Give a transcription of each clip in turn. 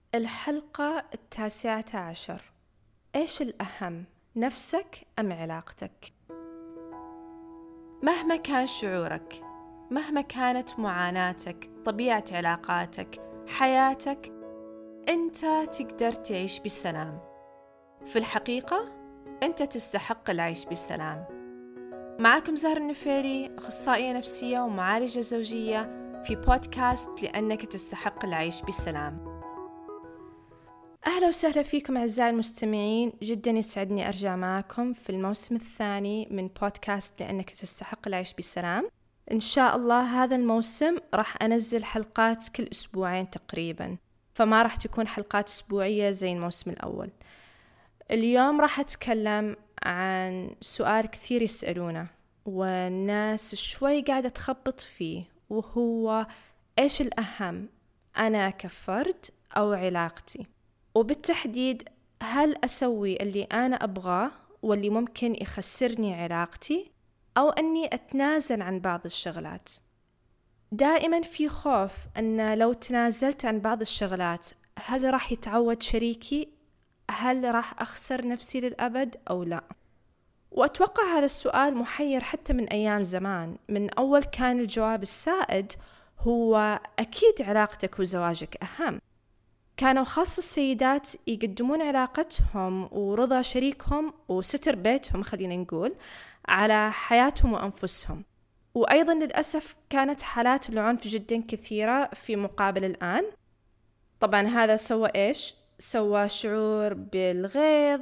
الحلقة 19. إيش الأهم، نفسك أم علاقتك؟ مهما كان شعورك، مهما كانت معاناتك، طبيعة علاقاتك، حياتك، أنت تقدر تعيش بسلام. في الحقيقة أنت تستحق العيش بسلام. معكم زهر النفيري، أخصائية نفسية ومعالجة زوجية، في بودكاست لأنك تستحق العيش بسلام. أهلا وسهلا فيكم أعزائي المستمعين، جدا يسعدني أرجع معكم في الموسم الثاني من بودكاست لأنك تستحق العيش بسلام. إن شاء الله هذا الموسم راح أنزل حلقات كل أسبوعين تقريبا، فما راح تكون حلقات أسبوعية زي الموسم الأول. اليوم راح أتكلم عن سؤال كثير يسألونه والناس شوي قاعدة تخبط فيه، وهو إيش الأهم، أنا كفرد أو علاقتي؟ وبالتحديد هل أسوي اللي أنا أبغاه واللي ممكن يخسرني علاقتي، أو أني أتنازل عن بعض الشغلات؟ دائما في خوف أن لو تنازلت عن بعض الشغلات هل راح يتعود شريكي؟ هل راح أخسر نفسي للأبد أو لا؟ وأتوقع هذا السؤال محير حتى من أيام زمان. من أول كان الجواب السائد هو أكيد علاقتك وزواجك أهم. كانوا خاص السيدات يقدمون علاقتهم ورضا شريكهم وستر بيتهم، خلينا نقول، على حياتهم وأنفسهم. وأيضا للأسف كانت حالات العنف جدا كثيرة في مقابل الآن. طبعا هذا سوى إيش؟ سوى شعور بالغيظ،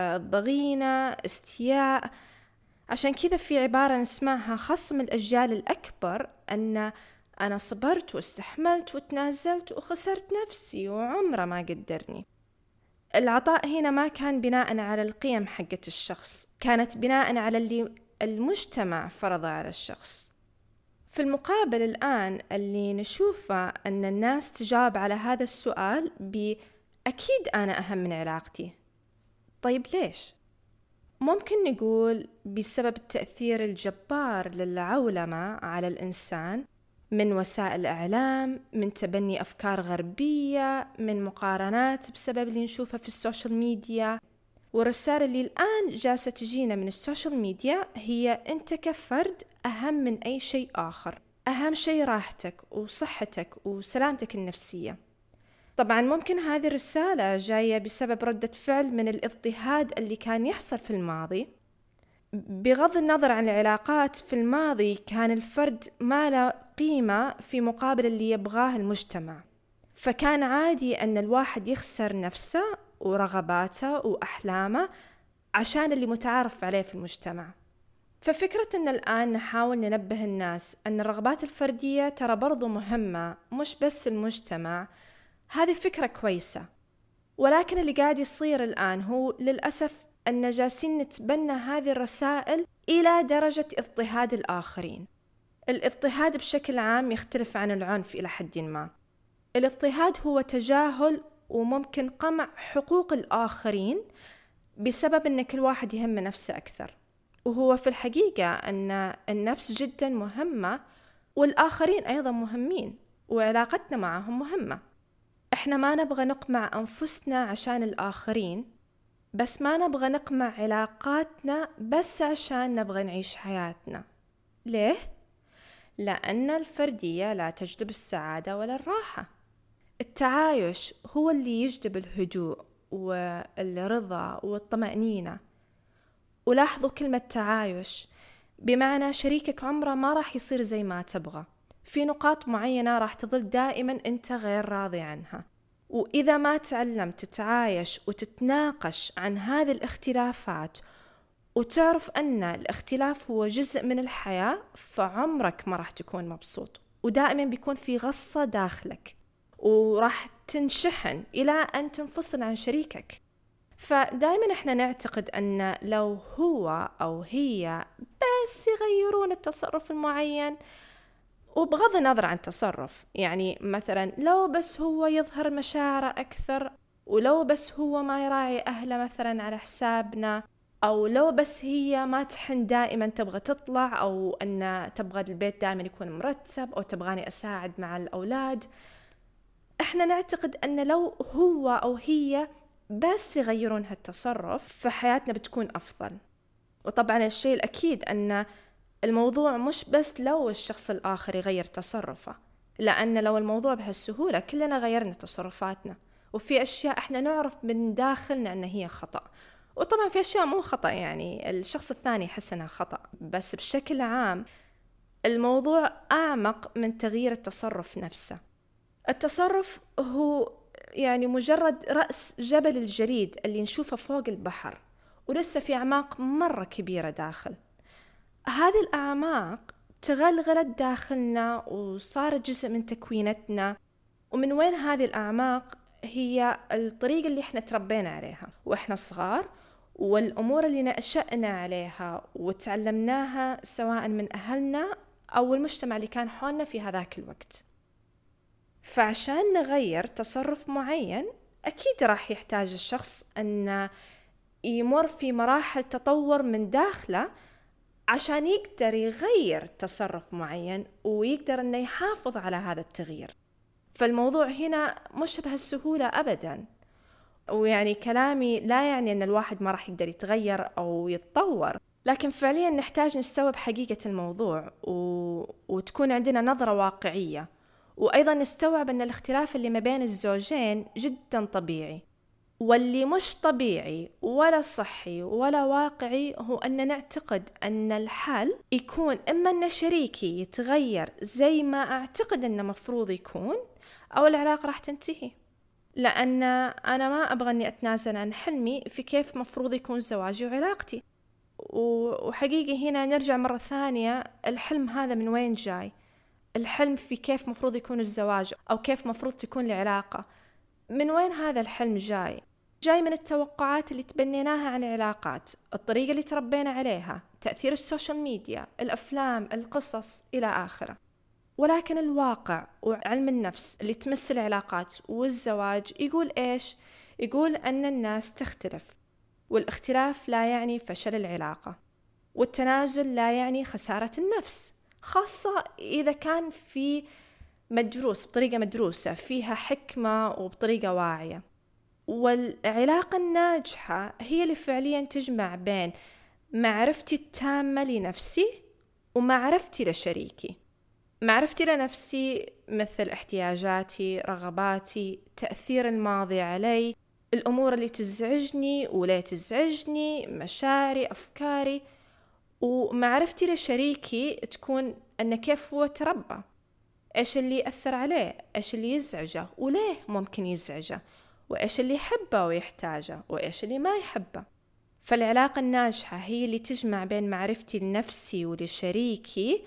ضغينة، استياء. عشان كذا في عبارة نسمعها خاصة من الأجيال الأكبر، أن أنا صبرت واستحملت وتنازلت وخسرت نفسي وعمره ما قدرني. العطاء هنا ما كان بناء على القيم حقة الشخص، كانت بناء على اللي المجتمع فرضه على الشخص. في المقابل الآن اللي نشوفه أن الناس تجاوب على هذا السؤال بأكيد أنا أهم من علاقتي. طيب ليش؟ ممكن نقول بسبب التأثير الجبار للعولمة على الإنسان من وسائل الإعلام، من تبني أفكار غربية، من مقارنات بسبب اللي نشوفها في السوشيال ميديا. والرسالة اللي الآن جالسة تجينا من السوشيال ميديا هي أنت كفرد أهم من أي شيء آخر، أهم شيء راحتك وصحتك وسلامتك النفسية. طبعا ممكن هذه الرسالة جاية بسبب ردة فعل من الاضطهاد اللي كان يحصل في الماضي. بغض النظر عن العلاقات، في الماضي كان الفرد ما له قيمة في مقابل اللي يبغاه المجتمع، فكان عادي أن الواحد يخسر نفسه ورغباته وأحلامه عشان اللي متعارف عليه في المجتمع. ففكرة أن الآن نحاول ننبه الناس أن الرغبات الفردية ترى برضو مهمة، مش بس المجتمع، هذه فكرة كويسة. ولكن اللي قاعد يصير الآن هو للأسف أن جالسين نتبنى هذه الرسائل إلى درجة اضطهاد الآخرين. الاضطهاد بشكل عام يختلف عن العنف إلى حد ما. الاضطهاد هو تجاهل وممكن قمع حقوق الآخرين بسبب أن كل واحد يهم نفسه أكثر، وهو في الحقيقة أن النفس جدا مهمة والآخرين أيضا مهمين وعلاقتنا معهم مهمة. إحنا ما نبغى نقمع أنفسنا عشان الآخرين، بس ما نبغى نقمع علاقاتنا بس عشان نبغى نعيش حياتنا. ليه؟ لأن الفردية لا تجلب السعادة ولا الراحة. التعايش هو اللي يجلب الهدوء والرضا والطمأنينة. ولاحظوا كلمة تعايش، بمعنى شريكك عمره ما راح يصير زي ما تبغى، في نقاط معينة راح تظل دائما أنت غير راضي عنها. وإذا ما تعلمت تتعايش وتتناقش عن هذه الاختلافات وتعرف أن الاختلاف هو جزء من الحياة، فعمرك ما راح تكون مبسوط، ودائما بيكون في غصة داخلك، وراح تنشحن إلى أن تنفصل عن شريكك. فدائما احنا نعتقد أن لو هو أو هي بس يغيرون التصرف المعين، وبغض النظر عن تصرف، يعني مثلا لو بس هو يظهر مشاعره أكثر، ولو بس هو ما يراعي أهله مثلا على حسابنا، أو لو بس هي ما تحن دائما تبغى تطلع، أو أن تبغى البيت دائما يكون مرتب، أو تبغاني أساعد مع الأولاد. إحنا نعتقد أن لو هو أو هي بس يغيرون هالتصرف فحياتنا بتكون أفضل. وطبعا الشيء الأكيد أن الموضوع مش بس لو الشخص الآخر يغير تصرفه، لأن لو الموضوع بهالسهولة كلنا غيرنا تصرفاتنا، وفي أشياء إحنا نعرف من داخلنا أن هي خطأ، وطبعا في أشياء مو خطأ يعني الشخص الثاني يحس أنها خطأ، بس بشكل عام الموضوع أعمق من تغيير التصرف نفسه. التصرف هو يعني مجرد رأس جبل الجليد اللي نشوفه فوق البحر، ولسه في أعماق مرة كبيرة داخل. هذه الأعماق تغلغلت داخلنا وصارت جزء من تكوينتنا. ومن وين هذه الأعماق؟ هي الطريقة اللي احنا تربينا عليها واحنا صغار، والأمور اللي نشأنا عليها وتعلمناها سواء من أهلنا أو المجتمع اللي كان حولنا في هذاك الوقت. فعشان نغير تصرف معين أكيد راح يحتاج الشخص أن يمر في مراحل تطور من داخله عشان يقدر يغير تصرف معين ويقدر أنه يحافظ على هذا التغيير. فالموضوع هنا مش بهالسهولة أبدا. ويعني كلامي لا يعني أن الواحد ما راح يقدر يتغير أو يتطور، لكن فعليا نحتاج نستوعب حقيقة الموضوع وتكون عندنا نظرة واقعية، وأيضا نستوعب أن الاختلاف اللي ما بين الزوجين جدا طبيعي. واللي مش طبيعي ولا صحي ولا واقعي هو أن نعتقد أن الحل يكون إما أن شريكي يتغير زي ما أعتقد أنه مفروض يكون، أو العلاقة راح تنتهي. لأن أنا ما أبغى أني أتنازل عن حلمي في كيف مفروض يكون زواجي وعلاقتي. وحقيقي هنا نرجع مرة ثانية، الحلم هذا من وين جاي؟ الحلم في كيف مفروض يكون الزواج أو كيف مفروض تكون العلاقة. من وين هذا الحلم جاي؟ جاي من التوقعات اللي تبنيناها عن العلاقات، الطريقة اللي تربينا عليها، تأثير السوشيال ميديا، الأفلام، القصص إلى آخره. ولكن الواقع وعلم النفس اللي تمس العلاقات والزواج يقول إيش؟ يقول أن الناس تختلف، والاختلاف لا يعني فشل العلاقة، والتنازل لا يعني خسارة النفس، خاصة إذا كان في مدروس بطريقة مدروسة فيها حكمة وبطريقة واعية. والعلاقة الناجحة هي اللي فعليا تجمع بين معرفتي التامة لنفسي ومعرفتي لشريكي. معرفتي لنفسي مثل احتياجاتي، رغباتي، تأثير الماضي علي، الأمور اللي تزعجني ولا تزعجني، مشاعري، أفكاري. ومعرفتي لشريكي تكون أن كيف هو تربى، إيش اللي يأثر عليه، إيش اللي يزعجه وليه ممكن يزعجه، وإيش اللي يحبه ويحتاجه وإيش اللي ما يحبه. فالعلاقة الناجحة هي اللي تجمع بين معرفتي لنفسي ولشريكي،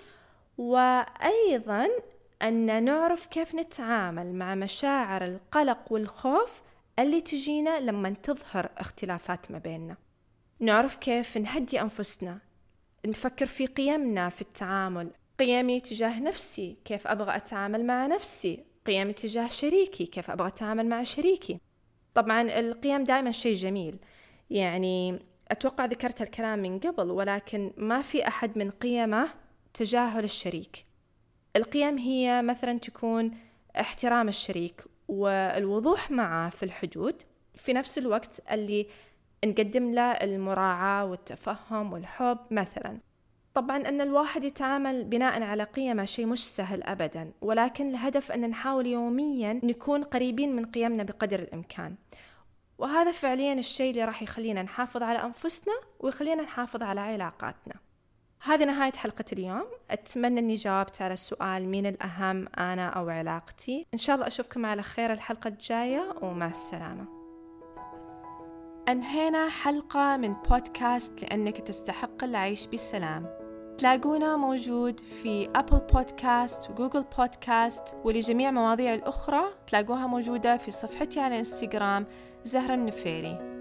وأيضا أن نعرف كيف نتعامل مع مشاعر القلق والخوف اللي تجينا لما تظهر اختلافات ما بيننا. نعرف كيف نهدي أنفسنا، نفكر في قيمنا في التعامل، قيمي تجاه نفسي، كيف أبغى أتعامل مع نفسي، قيمي تجاه شريكي، كيف أبغى أتعامل مع شريكي. طبعا القيم دائما شيء جميل، يعني أتوقع ذكرت الكلام من قبل، ولكن ما في أحد من قيمه تجاهل الشريك. القيم هي مثلا تكون احترام الشريك والوضوح معه في الحدود، في نفس الوقت اللي نقدم له المراعاة والتفهم والحب مثلا. طبعا أن الواحد يتعامل بناء على قيمه شيء مش سهل أبدا، ولكن الهدف أن نحاول يوميا نكون قريبين من قيمنا بقدر الإمكان. وهذا فعليا الشيء اللي راح يخلينا نحافظ على أنفسنا ويخلينا نحافظ على علاقاتنا. هذه نهاية حلقة اليوم. أتمنى أني جاوبت على السؤال مين الأهم، أنا أو علاقتي. إن شاء الله أشوفكم على خير الحلقة الجاية، ومع السلامة. أنهينا حلقة من بودكاست لأنك تستحق العيش بسلام. تلاقونا موجود في أبل بودكاست وجوجل بودكاست، ولجميع مواضيع الأخرى تلاقوها موجودة في صفحتي على إنستغرام زهرة النفيري.